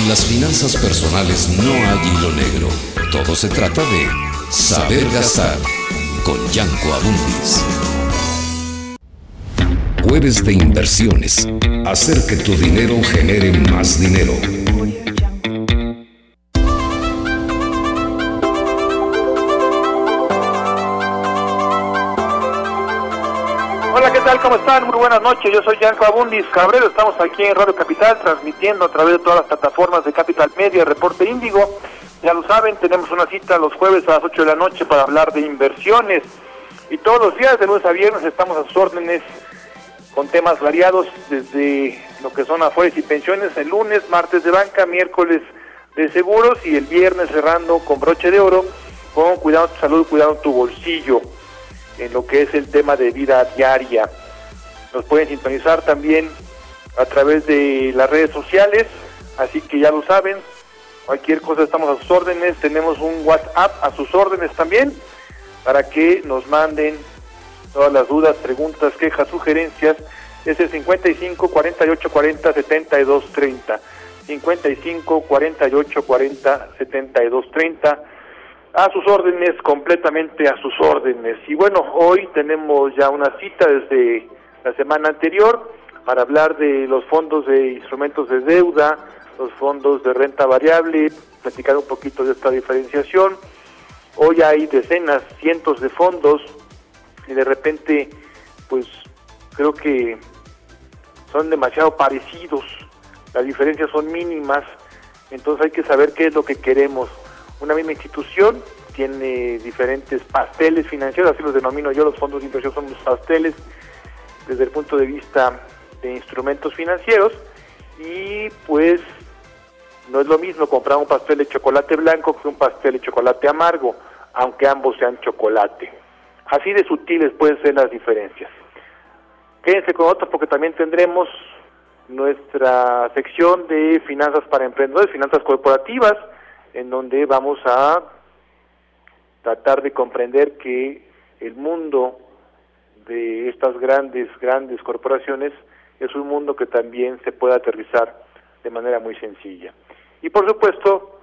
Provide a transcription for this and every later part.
las finanzas personales no hay hilo negro. Todo se trata de saber gastar con Yanko Abundis. Jueves de inversiones. Hacer que tu dinero genere más dinero. Hola, ¿qué tal? ¿Cómo están? Muy buenas noches, yo soy Yanko Abundis Cabrero, estamos aquí en Radio Capital transmitiendo a través de todas las plataformas de Capital Media, Reporte Índigo. Ya lo saben, tenemos una cita los jueves a las 8 de la noche para hablar de inversiones y todos los días de lunes a viernes estamos a sus órdenes con temas variados desde lo que son afores y pensiones, el lunes, martes de banca, miércoles de seguros y el viernes cerrando con broche de oro con cuidado tu salud, cuidado tu bolsillo, en lo que es el tema de vida diaria. Nos pueden sintonizar también a través de las redes sociales, así que ya lo saben, cualquier cosa estamos a sus órdenes, tenemos un WhatsApp a sus órdenes también, para que nos manden todas las dudas, preguntas, quejas, sugerencias. Es el 55 48 40 72 30, 55 48 40 72 30, a sus órdenes, completamente a sus órdenes. Y bueno, hoy tenemos ya una cita desde la semana anterior para hablar de los fondos de instrumentos de deuda, los fondos de renta variable, platicar un poquito de esta diferenciación. Hoy hay decenas, cientos de fondos y de repente, pues creo que son demasiado parecidos, las diferencias son mínimas, entonces hay que saber qué es lo que queremos. Una misma institución tiene diferentes pasteles financieros, así los denomino yo, los fondos de inversión son los pasteles desde el punto de vista de instrumentos financieros, y pues no es lo mismo comprar un pastel de chocolate blanco que un pastel de chocolate amargo, aunque ambos sean chocolate. Así de sutiles pueden ser las diferencias. Quédense con nosotros porque también tendremos nuestra sección de finanzas para emprendedores, finanzas corporativas, en donde vamos a tratar de comprender que el mundo de estas grandes corporaciones es un mundo que también se puede aterrizar de manera muy sencilla. Y por supuesto,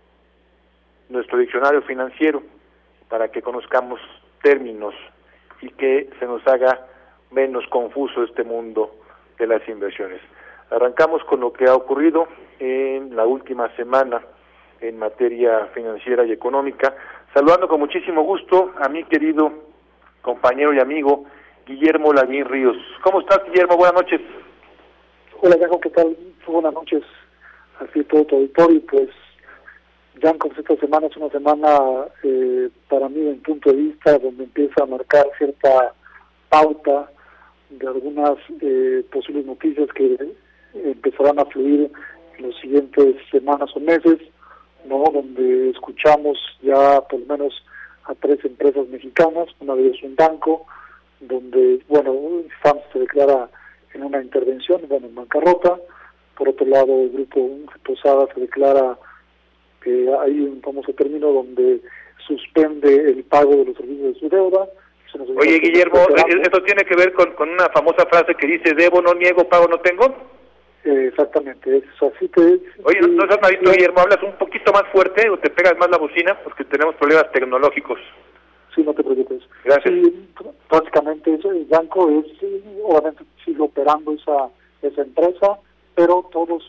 nuestro diccionario financiero, para que conozcamos términos y que se nos haga menos confuso este mundo de las inversiones. Arrancamos con lo que ha ocurrido en la última semana en materia financiera y económica, saludando con muchísimo gusto a mi querido compañero y amigo Guillermo Lavín Ríos. ¿Cómo estás, Guillermo? Buenas noches. Hola, Yanko, ¿qué tal? Buenas noches a todo tu auditorio. Pues, Yanko, esta semana es una semana para mí, en punto de vista, donde empieza a marcar cierta pauta de algunas posibles noticias que empezarán a fluir en las siguientes semanas o meses, ¿no? Donde escuchamos ya por lo menos a 3 empresas mexicanas, una de ellas un banco, donde, bueno, FAMS se declara en una intervención, en bancarrota. Por otro lado, el grupo Posada se declara hay un famoso término donde suspende el pago de los servicios de su deuda. Oye, Guillermo, ¿esto tiene que ver con una famosa frase que dice, debo, no niego, pago, no tengo? Exactamente, eso así que... Oye, no seas malito, Guillermo, ¿hablas un poquito más fuerte o te pegas más la bocina? Porque tenemos problemas tecnológicos. Sí, no te preocupes. Gracias. Sí, prácticamente el banco es, obviamente sigue operando esa empresa, pero todos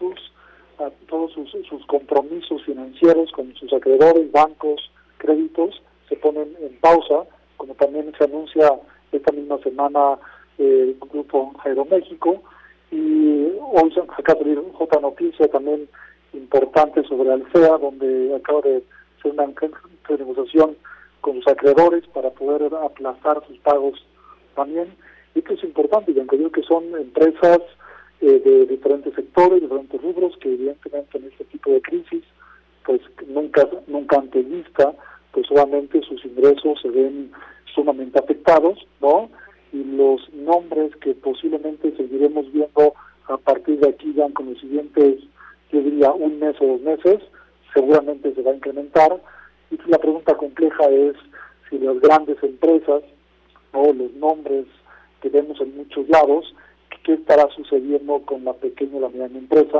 sus compromisos financieros con sus acreedores, bancos, créditos, se ponen en pausa, como también se anuncia esta misma semana el grupo Aeroméxico, y hoy se acaba de salir otra noticia también importante sobre Alsea, donde acaba de hacer una negociación con sus acreedores para poder aplazar sus pagos también. Y esto es importante, y aunque digo que son empresas de diferentes sectores, diferentes rubros, que evidentemente en este tipo de crisis, pues nunca antes vista, pues solamente sus ingresos se ven sumamente afectados, ¿no? Y los nombres que posiblemente seguiremos viendo a partir de aquí ya con los siguientes, yo diría, un mes o 2 meses, seguramente se va a incrementar. Y la pregunta compleja es si las grandes empresas, ¿no?, los nombres que vemos en muchos lados, qué estará sucediendo con la pequeña y la mediana empresa,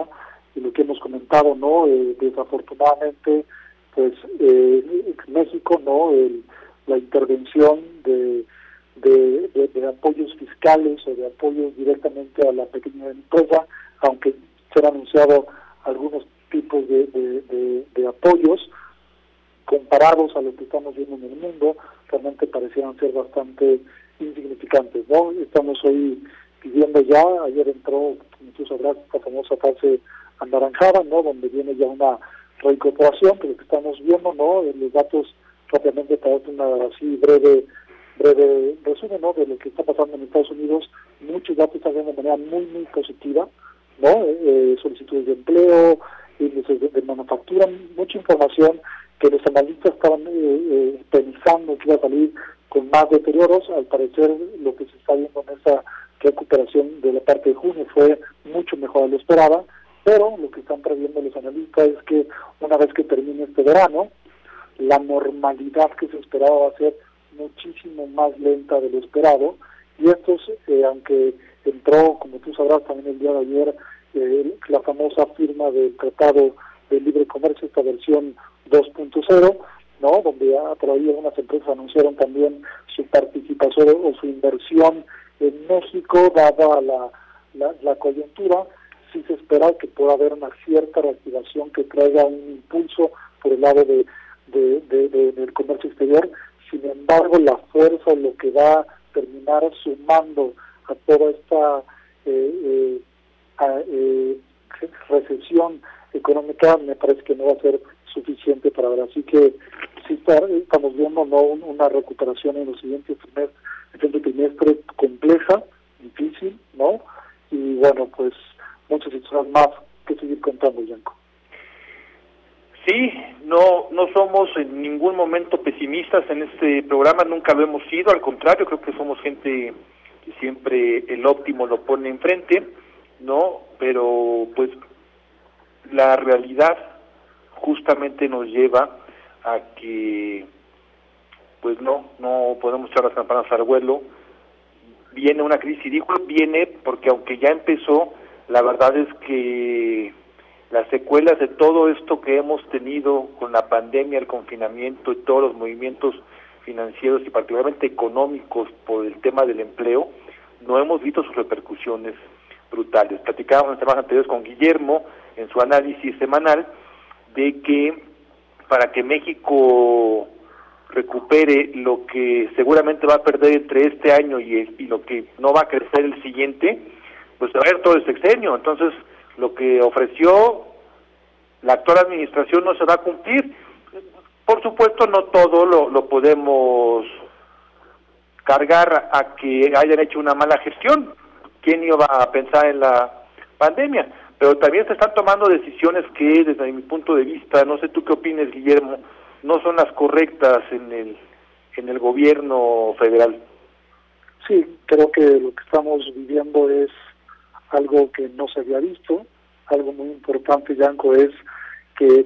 lo que hemos comentado, ¿no? Desafortunadamente, pues México, ¿no? La intervención de apoyos fiscales o de apoyos directamente a la pequeña empresa, aunque se han anunciado algunos tipos de apoyos comparados a lo que estamos viendo en el mundo, realmente parecieran ser bastante insignificantes, ¿no? Estamos hoy pidiendo ya, ayer entró, como tú sabrás, esta famosa fase anaranjada, ¿no? Donde viene ya una reincorporación, pero que estamos viendo, ¿no? Los datos, rápidamente para hacer una así breve resumen, ¿no? De lo que está pasando en Estados Unidos. Muchos datos están de manera muy positiva, ¿no? Solicitudes de empleo, índices de manufactura, mucha información que los analistas estaban pensando que iba a salir con más deterioros. Al parecer, lo que se está viendo en esa recuperación de la parte de junio fue mucho mejor de lo esperado, pero lo que están previendo los analistas es que una vez que termine este verano, la normalidad que se esperaba va a ser muchísimo más lenta de lo esperado, y estos, aunque entró, como tú sabrás, también el día de ayer, la famosa firma del Tratado de Libre Comercio, esta versión 2.0, ¿no? Donde por ahí algunas empresas anunciaron también su participación o su inversión en México, dada la coyuntura. Sí se espera que pueda haber una cierta reactivación que traiga un impulso por el lado del comercio exterior. Sin embargo, la fuerza, lo que va a terminar sumando a toda esta recesión económica, me parece que no va a ser suficiente para ver. Así que sí estamos viendo, ¿no? Una recuperación en los siguientes trimestres compleja, difícil, ¿no? Y bueno, pues muchas historias más que seguir contando, Yanko. Sí, no somos en ningún momento pesimistas en este programa, nunca lo hemos sido, al contrario, creo que somos gente que siempre el óptimo lo pone enfrente, ¿no? Pero pues la realidad justamente nos lleva a que pues no podemos echar las campanas al vuelo. Viene una crisis, y digo viene porque aunque ya empezó, la verdad es que las secuelas de todo esto que hemos tenido con la pandemia, el confinamiento y todos los movimientos financieros y particularmente económicos por el tema del empleo, no hemos visto sus repercusiones brutales. Platicábamos en semanas anteriores con Guillermo en su análisis semanal de que para que México recupere lo que seguramente va a perder entre este año y lo que no va a crecer el siguiente, pues va a haber todo el sexenio. Entonces, lo que ofreció la actual administración no se va a cumplir. Por supuesto, no todo lo podemos cargar a que hayan hecho una mala gestión. ¿Quién iba a pensar en la pandemia? Pero también se están tomando decisiones que, desde mi punto de vista, no sé tú qué opines, Guillermo, no son las correctas en el gobierno federal. Sí, creo que lo que estamos viviendo es algo que no se había visto. Algo muy importante, Yanko, es que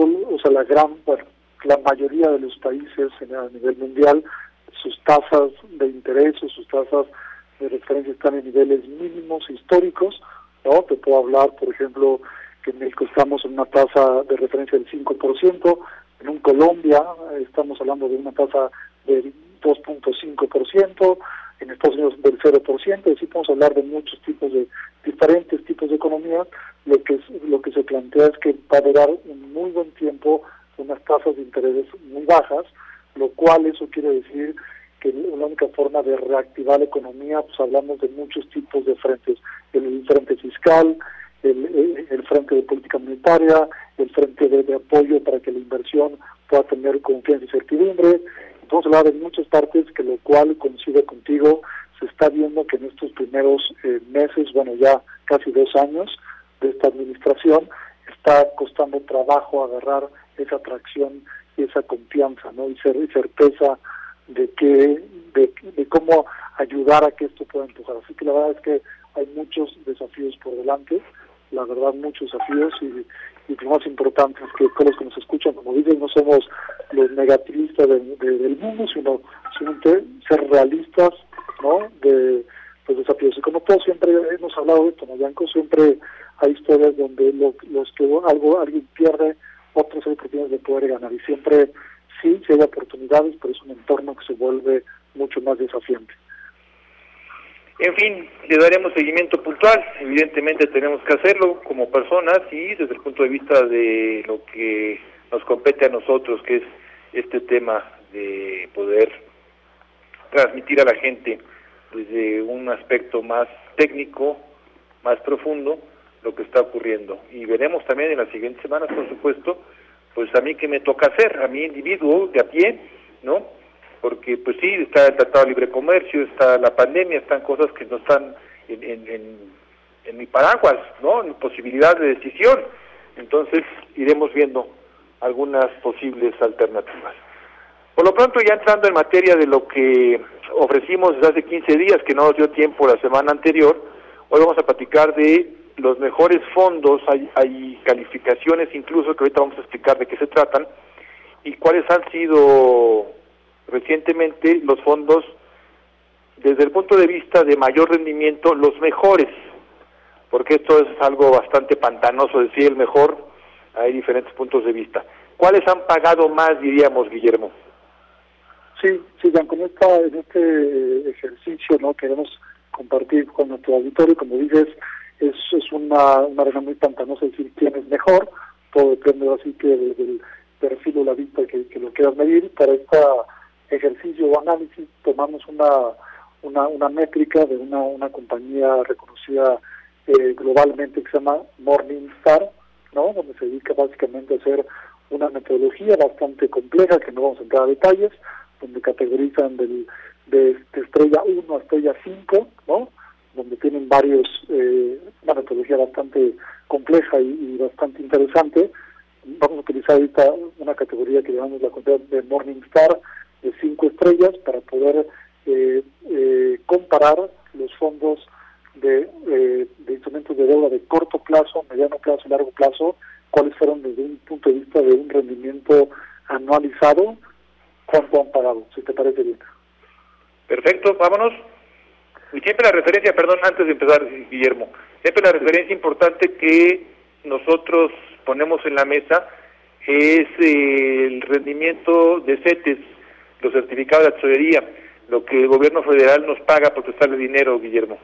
la mayoría de los países a nivel mundial, sus tasas de interés o sus tasas de referencia están en niveles mínimos históricos, ¿no? Te puedo hablar, por ejemplo, que en México estamos en una tasa de referencia del 5%, en Colombia estamos hablando de una tasa del 2.5%, en Estados Unidos del 0%, es decir, podemos hablar de muchos diferentes tipos de economías. Lo que se plantea es que va a durar un muy buen tiempo unas tasas de interés muy bajas, lo cual eso quiere decir que la única forma de reactivar la economía, pues hablamos de muchos tipos de frentes, el frente fiscal, el frente de política monetaria, el frente de apoyo para que la inversión pueda tener confianza y certidumbre. Vamos a hablar de muchas partes, que lo cual coincide contigo, se está viendo que en estos primeros meses, bueno, ya casi 2 años de esta administración, está costando trabajo agarrar esa atracción y esa confianza, ¿no? Y certeza de cómo ayudar a que esto pueda empujar. Así que la verdad es que hay muchos desafíos por delante, la verdad muchos desafíos, y lo más importante es que todos los que nos escuchan, como dicen, no somos los negativistas del mundo, sino ser realistas, ¿no? De desafíos. Y como todos siempre hemos hablado de esto, ¿no, Yanko? Siempre hay historias donde los que alguien pierde, otros hay oportunidades de poder ganar. Y siempre sí hay oportunidades, pero es un entorno que se vuelve mucho más desafiante. En fin, le daremos seguimiento puntual. Evidentemente tenemos que hacerlo como personas y desde el punto de vista de lo que nos compete a nosotros, que es este tema de poder transmitir a la gente desde un aspecto más técnico, más profundo, lo que está ocurriendo. Y veremos también en las siguientes semanas, por supuesto, pues a mí qué me toca hacer, a mi individuo de a pie, ¿no? Porque pues sí, está el Tratado de Libre Comercio, está la pandemia, están cosas que no están en mi paraguas, ¿no? En posibilidad de decisión. Entonces iremos viendo algunas posibles alternativas. Por lo pronto, ya entrando en materia de lo que ofrecimos desde hace 15 días, que no nos dio tiempo la semana anterior, hoy vamos a platicar de los mejores fondos, hay calificaciones incluso, que ahorita vamos a explicar de qué se tratan, y cuáles han sido recientemente los fondos, desde el punto de vista de mayor rendimiento, los mejores, porque esto es algo bastante pantanoso decir el mejor, hay diferentes puntos de vista. ¿Cuáles han pagado más, diríamos, Guillermo? Sí, Jan, en este ejercicio, ¿no?, queremos compartir con nuestro auditorio, como dices, es una arena muy pantanosa decir quién es mejor, todo depende así que del perfil o la vista que lo quieras medir. Para este ejercicio o análisis tomamos una métrica de una compañía reconocida globalmente que se llama Morningstar, ¿no?, donde se dedica básicamente a hacer una metodología bastante compleja, que no vamos a entrar a detalles, donde categorizan de estrella 1 a estrella 5, ¿no?, donde tienen una metodología bastante compleja y bastante interesante. Vamos a utilizar ahorita una categoría que llamamos la categoría de Morningstar de 5 estrellas para poder comparar los fondos de instrumentos de deuda de corto plazo, mediano plazo y largo plazo, cuáles fueron desde un punto de vista de un rendimiento anualizado, cuánto han pagado, si te parece bien. Perfecto, vámonos. Y siempre la referencia, perdón, antes de empezar, Guillermo, siempre la referencia importante que nosotros ponemos en la mesa es el rendimiento de CETES, los certificados de tesorería, lo que el gobierno federal nos paga por prestarle dinero, Guillermo.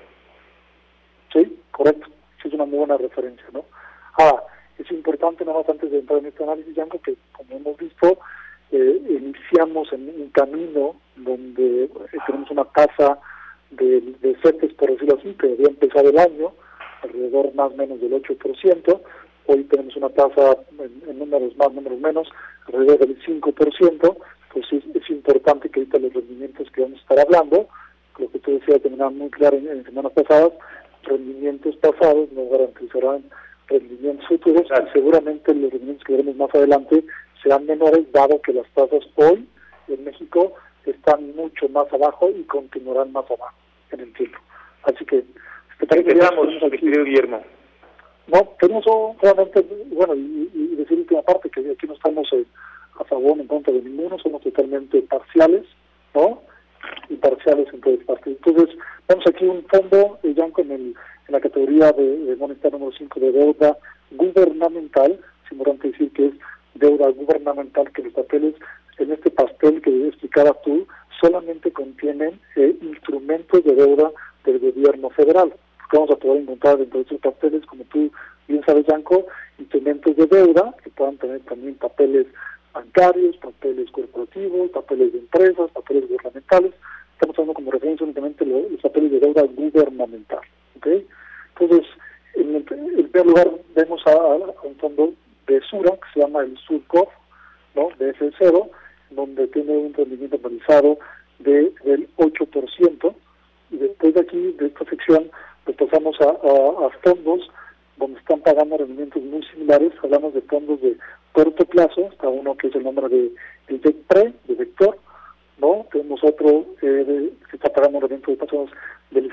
Sí, correcto, sí es una muy buena referencia, ¿no? Es importante, nada más antes de entrar en este análisis, Yanko, que como hemos visto, iniciamos en un camino donde tenemos una tasa de CETES, por decirlo así, que debía empezar el año, alrededor más o menos del 8%, hoy tenemos una tasa en números más, números menos, alrededor del 5%, pues es importante que ahorita los rendimientos que vamos a estar hablando, lo que tú decías de manera muy clara en semanas pasadas, rendimientos pasados no garantizarán rendimientos futuros, y seguramente los rendimientos que veremos más adelante serán menores, dado que las tasas hoy en México están mucho más abajo y continuarán más abajo en el tiempo. Así que empezamos, mi querido Guillermo. No, tenemos solamente, bueno, y decir última parte, que aquí no estamos a favor ni en contra de ninguno, somos totalmente parciales, ¿no? Y parciales en todas partes. Entonces, vemos aquí un fondo, Yanko, en la categoría de Morningstar número 5 de deuda gubernamental. Es importante decir que es deuda gubernamental, que los papeles en este pastel que explicabas tú solamente contienen instrumentos de deuda del gobierno federal. Que vamos a poder encontrar dentro de esos papeles, como tú bien sabes, Yanko, instrumentos de deuda que puedan tener también papeles bancarios, papeles corporativos, papeles de empresas, papeles gubernamentales. Estamos hablando como referencia únicamente los papeles de deuda gubernamental, ¿ok? Entonces, en primer lugar vemos a un fondo de Sura, que se llama el Surcov, ¿no?, de F0, donde tiene un rendimiento anualizado del 8%, y después de aquí, de esta sección, pues pasamos a fondos donde están pagando rendimientos muy similares. Hablamos de fondos de corto plazo, está uno que es el nombre de VECPRE, de Vector, ¿no? Tenemos otro que está pagando rendimientos de pasos del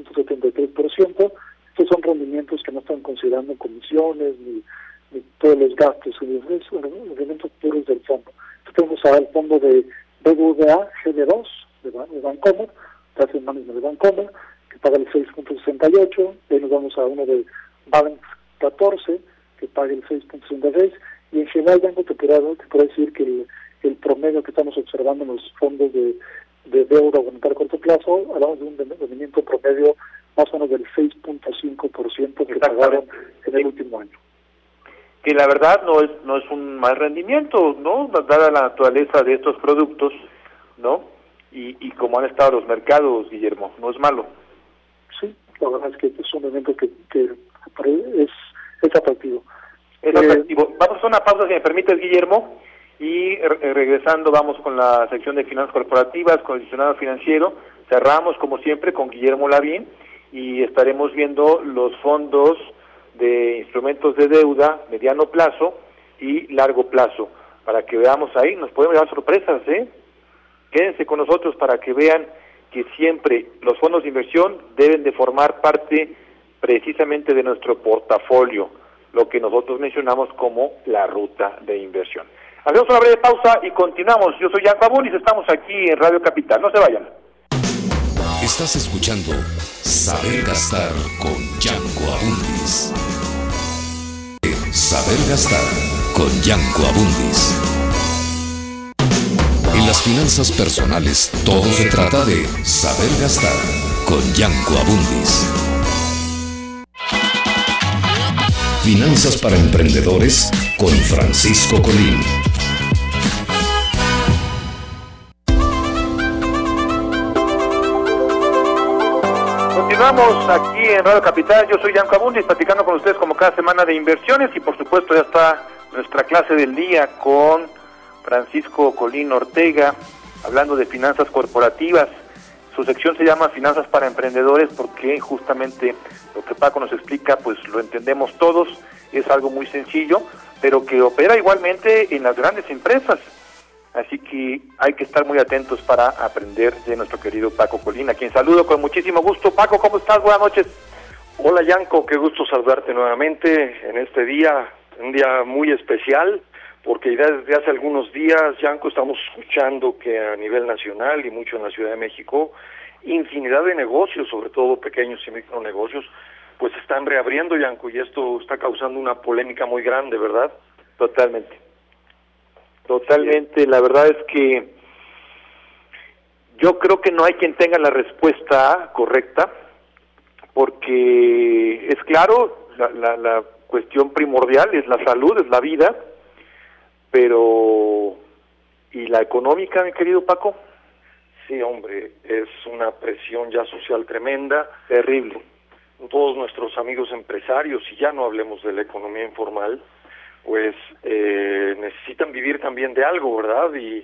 6.73%. Estos son rendimientos que no están considerando comisiones ni todos los gastos, son rendimientos puros del fondo. Entonces tenemos al fondo de BBVA GD2 de Bancomer, de Bancomer, que paga el 6.68, ahí nos vamos a uno de Balance 14, que paga el 6.66, y en general, Yanko, te puedo decir que el promedio que estamos observando en los fondos de deuda aumentar a corto plazo, hablamos de un rendimiento promedio más o menos del 6.5% que pagaron en el último año. Que la verdad no es un mal rendimiento, ¿no? Dada la naturaleza de estos productos, ¿no? Y como han estado los mercados, Guillermo, no es malo. Sí, la verdad es que es un rendimiento que es atractivo. Es atractivo. Vamos a una pausa, si me permites, Guillermo, y regresando vamos con la sección de finanzas corporativas, con el diccionario financiero. Cerramos, como siempre, con Guillermo Lavín y estaremos viendo los fondos de instrumentos de deuda, mediano plazo y largo plazo, para que veamos ahí, nos podemos llevar sorpresas, ¿eh? Quédense con nosotros para que vean que siempre los fondos de inversión deben de formar parte precisamente de nuestro portafolio, lo que nosotros mencionamos como la ruta de inversión. Hacemos una breve pausa y continuamos. Yo soy Yanko Abundis, estamos aquí en Radio Capital, no se vayan. Estás escuchando Saber Gastar con Yanko Abundis. Saber Gastar con Yanko Abundis. En las finanzas personales todo se trata de saber gastar con Yanko Abundis. Finanzas para emprendedores con Francisco Colín. Continuamos aquí en Radio Capital, yo soy Yanko Abundis, platicando con ustedes como cada semana de inversiones y por supuesto ya está nuestra clase del día con Francisco Colín Ortega, hablando de finanzas corporativas. Su sección se llama Finanzas para Emprendedores porque justamente lo que Paco nos explica pues lo entendemos todos, es algo muy sencillo, pero que opera igualmente en las grandes empresas. Así que hay que estar muy atentos para aprender de nuestro querido Paco Colín, a quien saludo con muchísimo gusto. Paco, ¿cómo estás? Buenas noches. Hola Yanko, qué gusto saludarte nuevamente en este día, un día muy especial, porque desde hace algunos días, Yanko, estamos escuchando que a nivel nacional y mucho en la Ciudad de México, infinidad de negocios, sobre todo pequeños y micronegocios, pues están reabriendo, Yanko, y esto está causando una polémica muy grande, ¿verdad? Totalmente, la verdad es que yo creo que no hay quien tenga la respuesta correcta, porque es claro, la cuestión primordial es la salud, es la vida, pero ¿y la económica, mi querido Paco? Sí, hombre, es una presión ya social tremenda. Terrible. Todos nuestros amigos empresarios, y ya no hablemos de la economía informal, pues necesitan vivir también de algo, ¿verdad? Y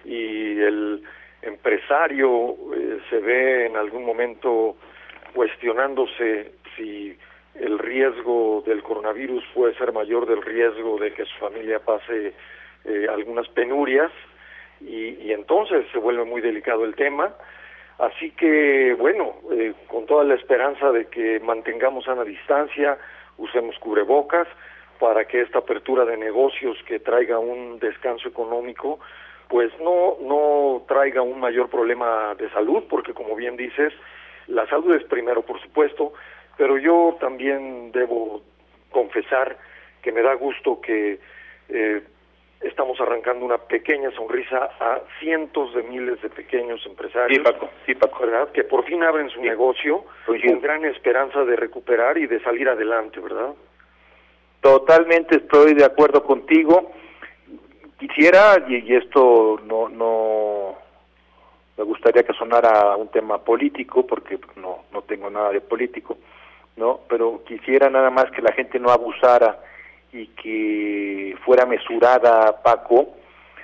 el empresario se ve en algún momento cuestionándose si el riesgo del coronavirus puede ser mayor del riesgo de que su familia pase algunas penurias, y entonces se vuelve muy delicado el tema. Así que, bueno, con toda la esperanza de que mantengamos sana distancia, usemos cubrebocas, para que esta apertura de negocios que traiga un descanso económico, pues no traiga un mayor problema de salud, porque como bien dices, la salud es primero, por supuesto, pero yo también debo confesar que me da gusto que estamos arrancando una pequeña sonrisa a cientos de miles de pequeños empresarios, sí, Paco. ¿verdad? Que por fin abren su negocio con gran esperanza de recuperar y de salir adelante, ¿verdad? Totalmente estoy de acuerdo contigo. Quisiera, y esto no me gustaría que sonara un tema político, porque no tengo nada de político, ¿no? Pero quisiera nada más que la gente no abusara y que fuera mesurada, Paco,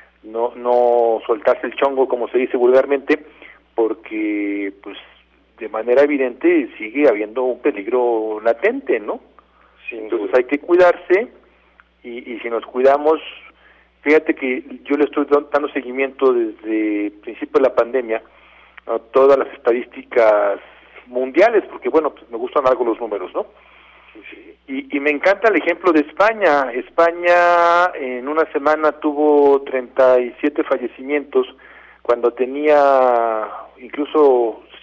no soltarse el chongo, como se dice vulgarmente, porque pues de manera evidente sigue habiendo un peligro latente, ¿no? Entonces hay que cuidarse y si nos cuidamos, fíjate que yo le estoy dando seguimiento desde el principio de la pandemia a todas las estadísticas mundiales, porque bueno, pues me gustan algo los números, ¿no? Sí. Y me encanta el ejemplo de España. España en una semana tuvo 37 fallecimientos cuando tenía incluso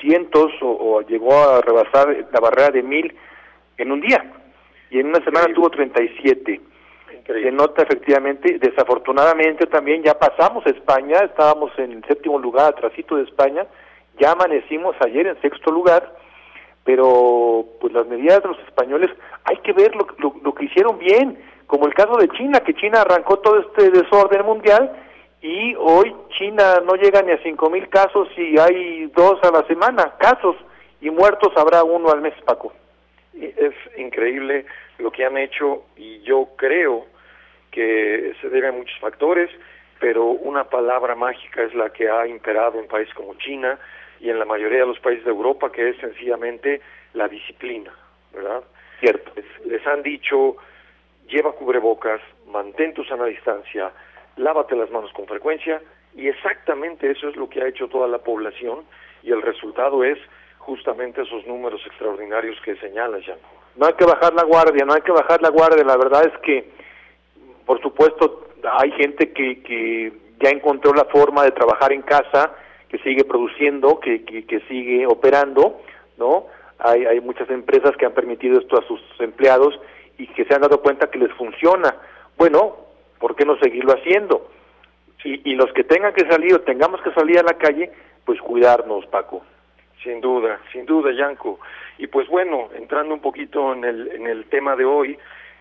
cientos o llegó a rebasar la barrera de 1,000 en un día, y en una semana tuvo 37. Se nota efectivamente. Desafortunadamente también ya pasamos a España, estábamos en el 7º lugar, atrasito de España, ya amanecimos ayer en 6º lugar, pero pues las medidas de los españoles, hay que ver lo que hicieron bien, como el caso de China, que China arrancó todo este desorden mundial, y hoy China no llega ni a 5,000 casos y hay 2 a la semana, casos, y muertos habrá 1 al mes, Paco. Es increíble lo que han hecho, y yo creo que se debe a muchos factores, pero una palabra mágica es la que ha imperado en países como China y en la mayoría de los países de Europa, que es sencillamente la disciplina, ¿verdad? Cierto. Les han dicho, lleva cubrebocas, mantén tu sana distancia, lávate las manos con frecuencia, y exactamente eso es lo que ha hecho toda la población, y el resultado es justamente esos números extraordinarios que señalas, Jan. No hay que bajar la guardia, la verdad es que, por supuesto, hay gente que ya encontró la forma de trabajar en casa, que sigue produciendo, que sigue operando, ¿no? Hay muchas empresas que han permitido esto a sus empleados y que se han dado cuenta que les funciona. Bueno, ¿por qué no seguirlo haciendo? Y los que tengan que salir o tengamos que salir a la calle, pues cuidarnos, Paco. Sin duda, Yanko. Y pues bueno, entrando un poquito en el tema de hoy,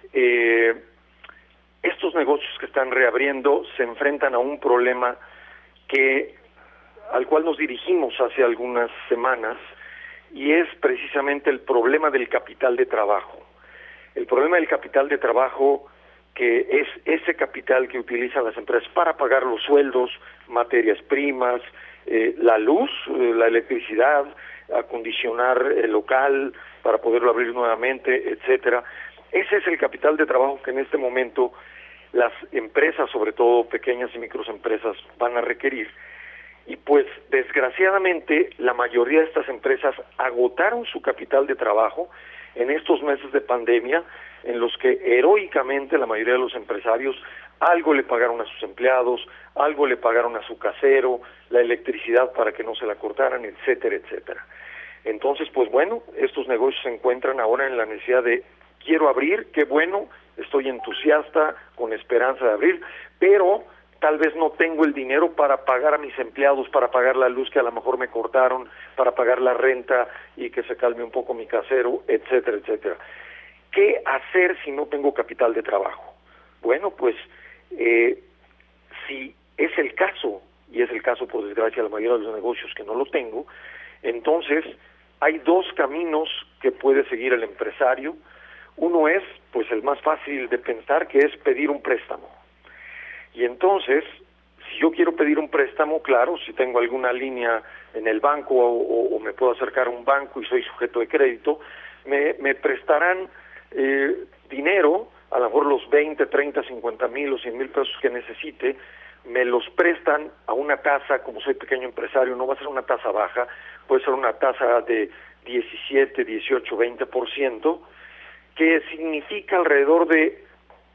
estos negocios que están reabriendo se enfrentan a un problema al cual nos dirigimos hace algunas semanas, y es precisamente el problema del capital de trabajo. El problema del capital de trabajo, que es ese capital que utilizan las empresas para pagar los sueldos, materias primas, la luz, la electricidad, acondicionar el local para poderlo abrir nuevamente, etcétera. Ese es el capital de trabajo que en este momento las empresas, sobre todo pequeñas y microempresas, van a requerir. Y pues desgraciadamente la mayoría de estas empresas agotaron su capital de trabajo en estos meses de pandemia, en los que heroicamente la mayoría de los empresarios algo le pagaron a sus empleados, algo le pagaron a su casero, la electricidad para que no se la cortaran, etcétera, etcétera. Entonces, pues bueno, estos negocios se encuentran ahora en la necesidad de, quiero abrir, qué bueno, estoy entusiasta, con esperanza de abrir, pero tal vez no tengo el dinero para pagar a mis empleados, para pagar la luz que a lo mejor me cortaron, para pagar la renta y que se calme un poco mi casero, etcétera, etcétera. ¿Qué hacer si no tengo capital de trabajo? Bueno, pues si es el caso, y es el caso por desgracia de la mayoría de los negocios que no lo tengo, entonces hay 2 caminos que puede seguir el empresario. Uno es, pues el más fácil de pensar, que es pedir un préstamo. Y entonces, si yo quiero pedir un préstamo, claro, si tengo alguna línea en el banco o me puedo acercar a un banco y soy sujeto de crédito, me prestarán dinero, a lo mejor los 20, 30, 50 mil o 100 mil pesos que necesite, me los prestan a una tasa, como soy pequeño empresario, no va a ser una tasa baja, puede ser una tasa de 17, 18, 20%, que significa alrededor de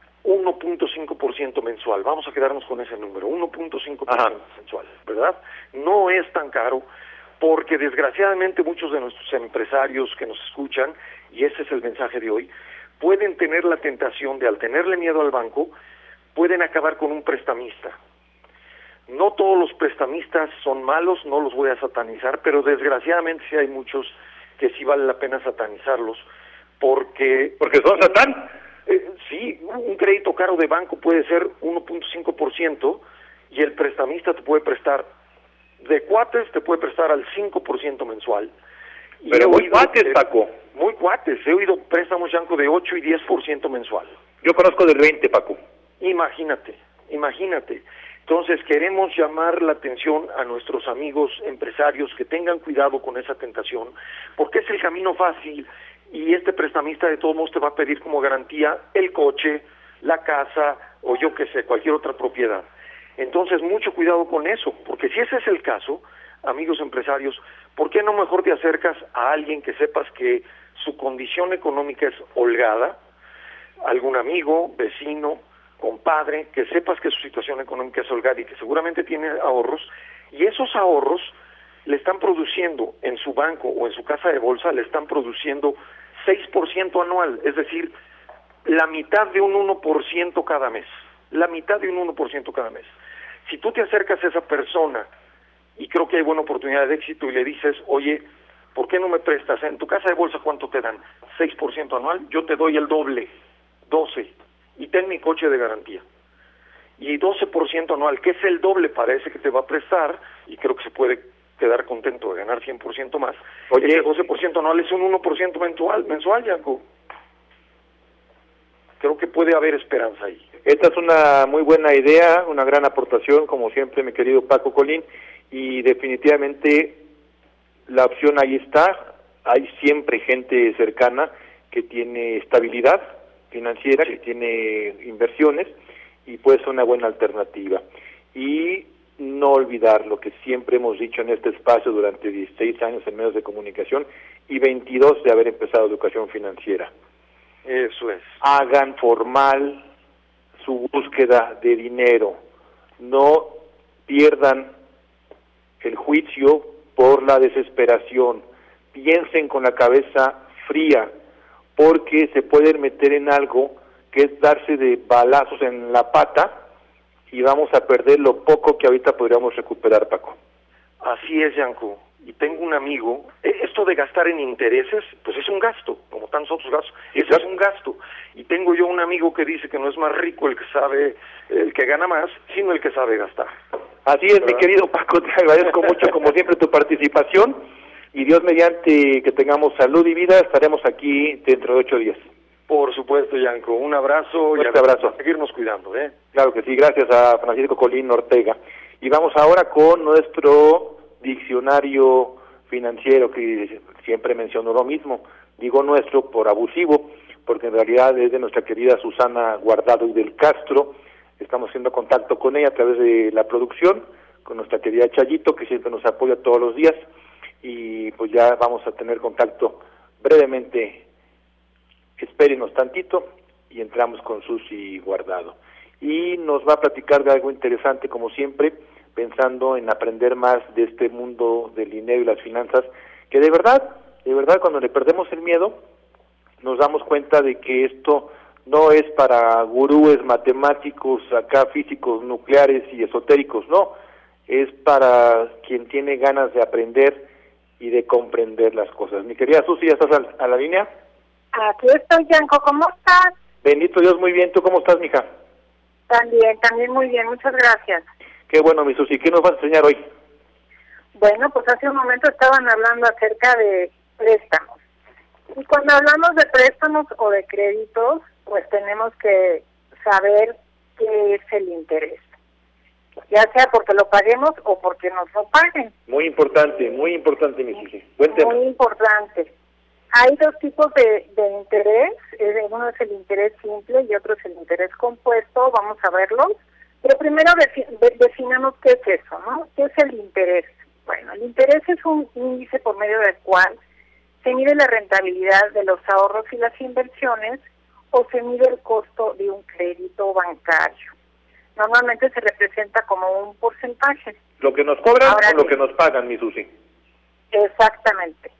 1.5% mensual. Vamos a quedarnos con ese número, 1.5% mensual, ¿verdad? No es tan caro, porque desgraciadamente muchos de nuestros empresarios que nos escuchan, y ese es el mensaje de hoy, pueden tener la tentación de, al tenerle miedo al banco, pueden acabar con un prestamista. No todos los prestamistas son malos, no los voy a satanizar, pero desgraciadamente sí hay muchos que sí vale la pena satanizarlos, porque son satán. Sí, un crédito caro de banco puede ser 1.5% y el prestamista te puede prestar, de cuates te puede prestar al 5% mensual. Y pero muy cuates, Paco. Muy cuates, he oído préstamos, Yanko, de 8 y 10% mensual. Yo conozco del 20, Paco. Imagínate. Entonces queremos llamar la atención a nuestros amigos empresarios que tengan cuidado con esa tentación, porque es el camino fácil y este prestamista de todos modos te va a pedir como garantía el coche, la casa o yo qué sé, cualquier otra propiedad. Entonces mucho cuidado con eso, porque si ese es el caso, amigos empresarios, ¿por qué no mejor te acercas a alguien que sepas que su condición económica es holgada, algún amigo, vecino, compadre, que sepas que su situación económica es holgada y que seguramente tiene ahorros, y esos ahorros le están produciendo en su banco o en su casa de bolsa, le están produciendo 6% anual, es decir, la mitad de un 1% cada mes, la mitad de un 1% cada mes. Si tú te acercas a esa persona, y creo que hay buena oportunidad de éxito, y le dices, oye, ¿por qué no me prestas? En tu casa de bolsa, ¿cuánto te dan? 6% anual, yo te doy el doble, 12, y ten mi coche de garantía. Y 12% anual, que es el doble para ese que te va a prestar, y creo que se puede quedar contento de ganar 100% más. Oye, ese 12% anual es un 1% mensual, Jaco. Creo que puede haber esperanza ahí. Esta es una muy buena idea, una gran aportación, como siempre, mi querido Paco Colín, y definitivamente la opción ahí está. Hay siempre gente cercana que tiene estabilidad financiera, que tiene inversiones, y puede ser una buena alternativa. Y no olvidar lo que siempre hemos dicho en este espacio durante 16 años en medios de comunicación y 22 de haber empezado educación financiera. Eso es. Hagan formal su búsqueda de dinero, no pierdan el juicio por la desesperación, piensen con la cabeza fría, porque se pueden meter en algo que es darse de balazos en la pata y vamos a perder lo poco que ahorita podríamos recuperar, Paco. Así es, Yanko. Y tengo un amigo, esto de gastar en intereses, pues es un gasto, como tantos otros gastos, eso es un gasto. Y tengo yo un amigo que dice que no es más rico el que sabe, el que gana más, sino el que sabe gastar. Así es, ¿verdad? Mi querido Paco, te agradezco mucho, como siempre, tu participación, y Dios mediante que tengamos salud y vida, estaremos aquí dentro de 8 días. Por supuesto, Yanko, un abrazo y abrazo. Seguirnos cuidando, ¿eh? Claro que sí, gracias a Francisco Colín Ortega. Y vamos ahora con nuestro diccionario financiero, que siempre menciono lo mismo, digo nuestro por abusivo, porque en realidad es de nuestra querida Susana Guardado y del Castro. Estamos haciendo contacto con ella a través de la producción, con nuestra querida Chayito, que siempre nos apoya todos los días, y pues ya vamos a tener contacto brevemente. Espérenos tantito y entramos con Susi Guardado. Y nos va a platicar de algo interesante, como siempre, pensando en aprender más de este mundo del dinero y las finanzas, que de verdad, cuando le perdemos el miedo, nos damos cuenta de que esto no es para gurúes matemáticos, acá físicos nucleares y esotéricos, no, es para quien tiene ganas de aprender y de comprender las cosas. Mi querida Susi, ¿ya estás a la línea? Aquí estoy, Yanko, ¿cómo estás? Bendito Dios, muy bien. ¿Tú cómo estás, mija? También muy bien, muchas gracias. Qué bueno, mi Susi. ¿Qué nos vas a enseñar hoy? Bueno, pues hace un momento estaban hablando acerca de préstamos. Y cuando hablamos de préstamos o de créditos, pues tenemos que saber qué es el interés. Ya sea porque lo paguemos o porque nos lo paguen. Muy importante, mi Susi. Buen tema. Muy importante. Hay dos tipos de interés, uno es el interés simple y otro es el interés compuesto, vamos a verlos, pero primero definamos qué es eso, ¿no? ¿Qué es el interés? Bueno, el interés es un índice por medio del cual se mide la rentabilidad de los ahorros y las inversiones o se mide el costo de un crédito bancario. Normalmente se representa como un porcentaje. ¿Lo que nos cobran o lo que nos pagan, mi Susi? Exactamente.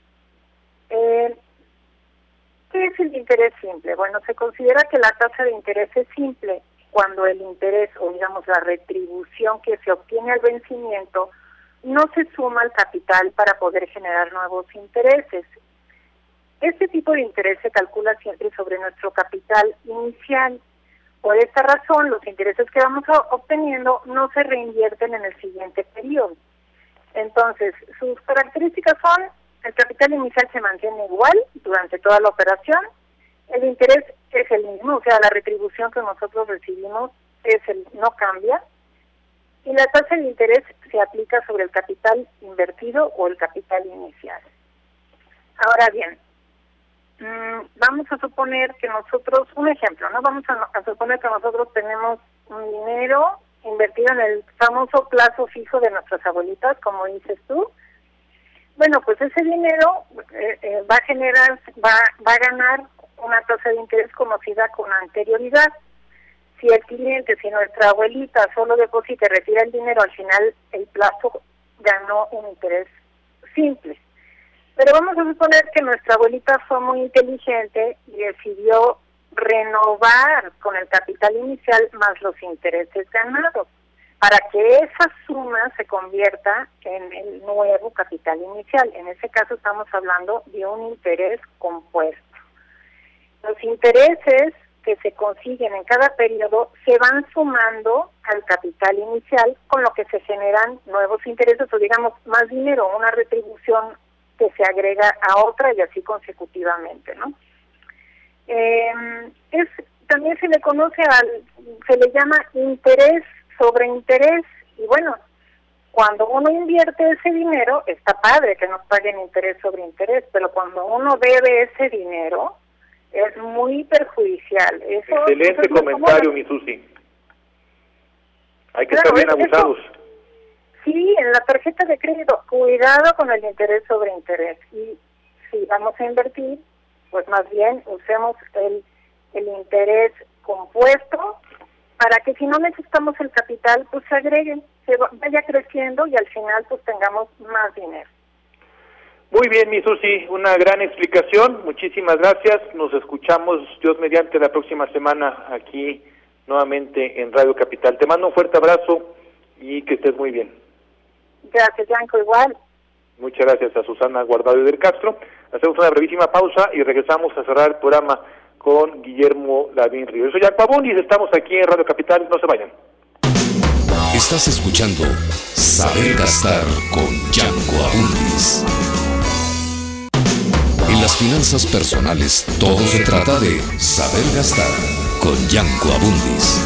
¿Qué es el interés simple? Bueno, se considera que la tasa de interés es simple cuando el interés, o digamos la retribución que se obtiene al vencimiento, no se suma al capital para poder generar nuevos intereses. Este tipo de interés se calcula siempre sobre nuestro capital inicial. Por esta razón, los intereses que vamos obteniendo no se reinvierten en el siguiente periodo. Entonces, sus características son: el capital inicial se mantiene igual durante toda la operación, el interés es el mismo, o sea, la retribución que nosotros recibimos no cambia, y la tasa de interés se aplica sobre el capital invertido o el capital inicial. Ahora bien, vamos a suponer que nosotros, un ejemplo, ¿no? Vamos a suponer que nosotros tenemos un dinero invertido en el famoso plazo fijo de nuestras abuelitas, como dices tú. Bueno, pues ese dinero va a ganar una tasa de interés conocida con anterioridad. Si nuestra abuelita solo deposita y retira el dinero, al final el plazo ganó un interés simple. Pero vamos a suponer que nuestra abuelita fue muy inteligente y decidió renovar con el capital inicial más los intereses ganados, para que esa suma se convierta en el nuevo capital inicial. En ese caso estamos hablando de un interés compuesto. Los intereses que se consiguen en cada periodo se van sumando al capital inicial, con lo que se generan nuevos intereses, o digamos más dinero, una retribución que se agrega a otra y así consecutivamente, ¿no? También se le conoce se le llama interés sobre interés, y bueno, cuando uno invierte ese dinero, está padre que nos paguen interés sobre interés, pero cuando uno debe ese dinero, es muy perjudicial. Excelente comentario, mi Susi. Hay que estar bien abusados. Sí, en la tarjeta de crédito, cuidado con el interés sobre interés. Y si vamos a invertir, pues más bien usemos el interés compuesto para que si no necesitamos el capital, pues se agreguen, se vaya creciendo y al final pues tengamos más dinero. Muy bien, mi Susi, una gran explicación, muchísimas gracias, nos escuchamos, Dios mediante, la próxima semana aquí nuevamente en Radio Capital. Te mando un fuerte abrazo y que estés muy bien. Gracias, Yanko, igual. Muchas gracias a Susana Guardado y del Castro. Hacemos una brevísima pausa y regresamos a cerrar el programa con Guillermo Lavín Ríos. Soy Yanko Abundis, estamos aquí en Radio Capital, no se vayan. Estás escuchando Saber Gastar con Yanko Abundis. En las finanzas personales todo se trata de saber gastar con Yanko Abundis.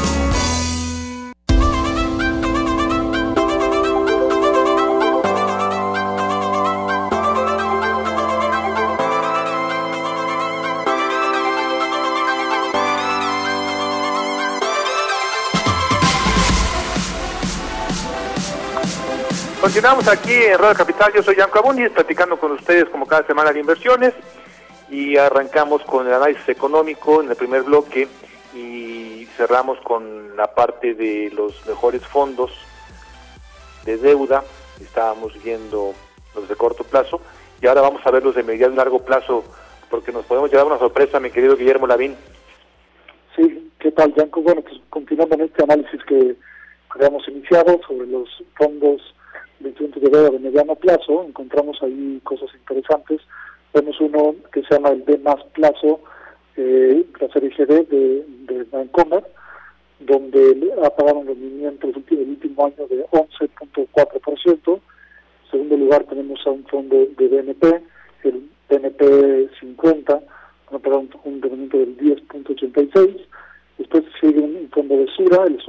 Continuamos aquí en Radio Capital, yo soy Yanko Abundis, platicando con ustedes como cada semana de inversiones y arrancamos con el análisis económico en el primer bloque y cerramos con la parte de los mejores fondos de deuda. Estábamos viendo los de corto plazo y ahora vamos a ver los de mediano y largo plazo porque nos podemos llevar una sorpresa, mi querido Guillermo Lavín. Sí, ¿qué tal, Yanko? Bueno, pues continuando en este análisis que habíamos iniciado sobre los fondos de instrumentos de deuda de mediano plazo, encontramos ahí cosas interesantes. Vemos uno que se llama el D más plazo, la serie GD de Bancomer, donde ha pagado un rendimiento el último año de 11.4%. En segundo lugar tenemos a un fondo de BNP, el BNP 50, ha pagado un rendimiento del 10.86%. Después sigue un fondo de Sura, el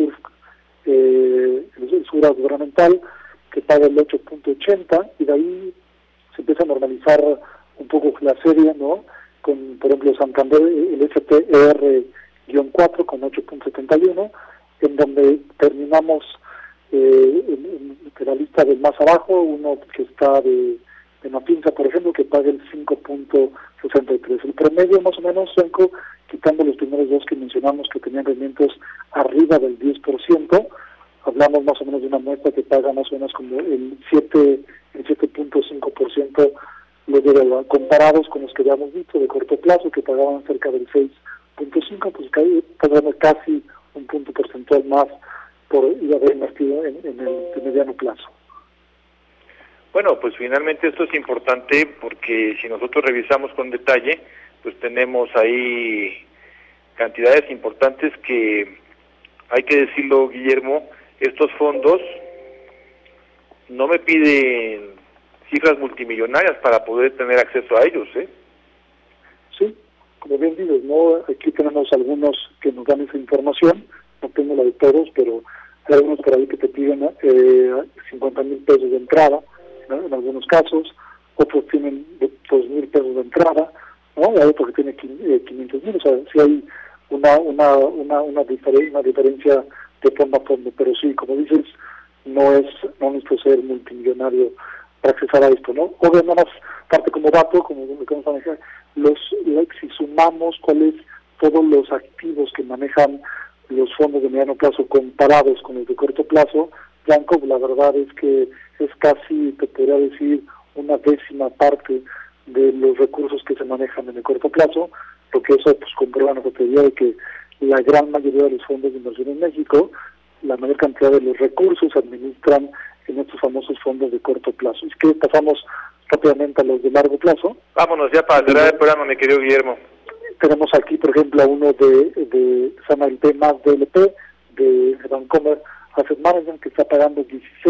Sura gubernamental, que paga el 8.80, y de ahí se empieza a normalizar un poco la serie, ¿no? Con, por ejemplo, Santander, el STR-4 con 8.71, en donde terminamos en la lista del más abajo, uno que está de Mapinsa, por ejemplo, que paga el 5.63. El promedio, más o menos, Yanko, quitando los primeros dos que mencionamos que tenían rendimientos arriba del 10%, hablamos más o menos de una muestra que paga más o menos como el 7.5% de deuda, comparados con los que habíamos visto de corto plazo, que pagaban cerca del 6.5%, pues pagamos casi un punto porcentual más por haber invertido en el de mediano plazo. Bueno, pues finalmente esto es importante porque si nosotros revisamos con detalle, pues tenemos ahí cantidades importantes que, hay que decirlo, Guillermo, estos fondos no me piden cifras multimillonarias para poder tener acceso a ellos, ¿eh? Sí, como bien dices, ¿no? Aquí tenemos algunos que nos dan esa información, no tengo la de todos, pero hay algunos por ahí que te piden 50,000 pesos de entrada, ¿no? En algunos casos, otros tienen 2,000 pesos de entrada, ¿no? Hay otros que tienen 500,000, o sea, sí hay una diferencia de fondo a fondo, pero sí, como dices, no necesito ser multimillonario para accesar a esto, ¿no? Obviamente, nada más parte como dato, como lo que vamos a manejar, si sumamos cuáles todos los activos que manejan los fondos de mediano plazo comparados con los de corto plazo, Yanko, la verdad es que es casi, te podría decir, una décima parte de los recursos que se manejan en el corto plazo, lo que eso pues comprueba nuestra teoría de que la gran mayoría de los fondos de inversión en México, la mayor cantidad de los recursos se administran en estos famosos fondos de corto plazo. Es que pasamos rápidamente a los de largo plazo. Vámonos ya para cerrar el programa, mi querido Guillermo. Tenemos aquí, por ejemplo, a uno se llama el B+DLP de Bancomer Asset Management, que está pagando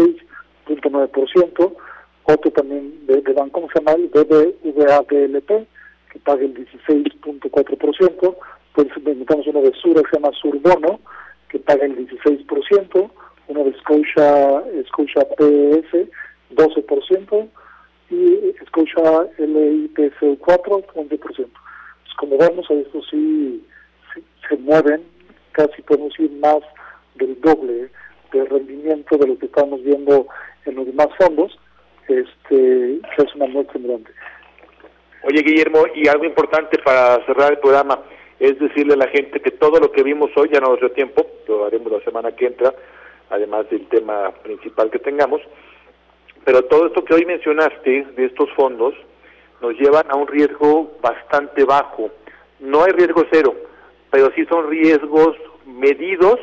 16.9%, otro también de Bancomer se llama el BBVA-DLP, que paga el 16.4%, pues inventamos uno de Sura que se llama Surbono, que paga el 16%, uno de Scotia PS, 12%, y Scotia LIPC4, 11%. Pues como vemos, a esto sí se mueven, casi podemos ir más del doble de rendimiento de lo que estamos viendo en los demás fondos, que es una muestra grande. Oye, Guillermo, y algo importante para cerrar el programa es decirle a la gente que todo lo que vimos hoy ya no nos dio tiempo, lo haremos la semana que entra, además del tema principal que tengamos, pero todo esto que hoy mencionaste de estos fondos nos llevan a un riesgo bastante bajo. No hay riesgo cero, pero sí son riesgos medidos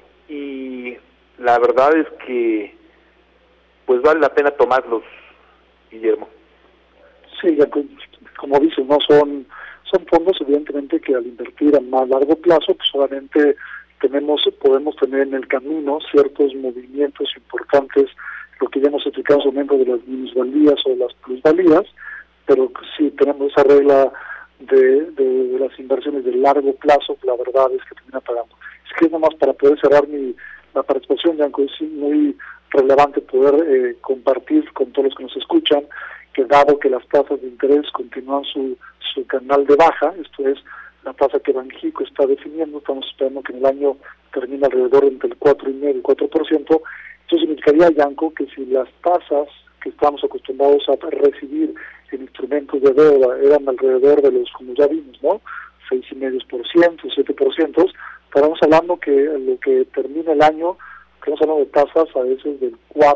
y la verdad es que pues vale la pena tomarlos, Guillermo. Sí, ya como dices, no son fondos evidentemente que al invertir a más largo plazo, pues solamente podemos tener en el camino ciertos movimientos importantes, lo que ya hemos explicado en su momento de las minusvalías o las plusvalías, pero sí tenemos esa regla de las inversiones de largo plazo, la verdad es que termina pagando. Es que nomás para poder cerrar la participación, Yanko, es muy relevante poder compartir con todos los que nos escuchan que dado que las tasas de interés continúan su canal de baja, esto es la tasa que Banxico está definiendo, estamos esperando que en el año termine alrededor entre el 4,5% y el 4%, esto significaría, Yanko, que si las tasas que estamos acostumbrados a recibir en instrumentos de deuda eran alrededor de los, como ya vimos, ¿no?, 6,5%, 7%, estaremos hablando que lo que termina el año, estamos hablando de tasas a veces del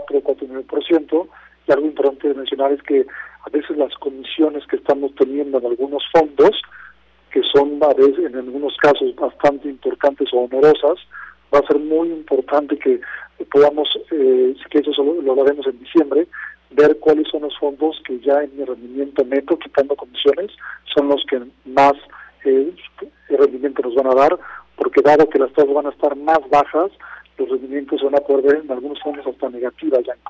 4,9%, y algo importante de mencionar es que a veces las comisiones que estamos teniendo en algunos fondos, que son a veces en algunos casos bastante importantes o onerosas, va a ser muy importante que podamos, que eso lo haremos en diciembre, ver cuáles son los fondos que ya en mi rendimiento neto, quitando comisiones, son los que más rendimiento nos van a dar, porque dado que las tasas van a estar más bajas, los rendimientos se van a poder ver en algunos fondos hasta negativas, Yanko.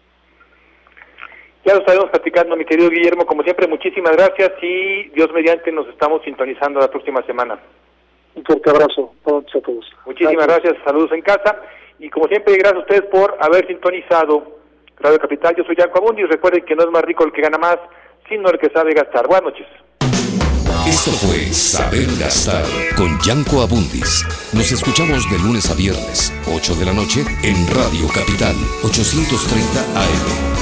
Ya lo estaremos platicando, mi querido Guillermo. Como siempre, muchísimas gracias y Dios mediante nos estamos sintonizando la próxima semana. Un fuerte abrazo a todos. Muchísimas gracias, saludos en casa. Y como siempre, gracias a ustedes por haber sintonizado Radio Capital. Yo soy Yanko Abundis. Recuerden que no es más rico el que gana más, sino el que sabe gastar. Buenas noches. Esto fue Saber Gastar con Yanko Abundis. Nos escuchamos de lunes a viernes, 8 de la noche, en Radio Capital, 830 AM.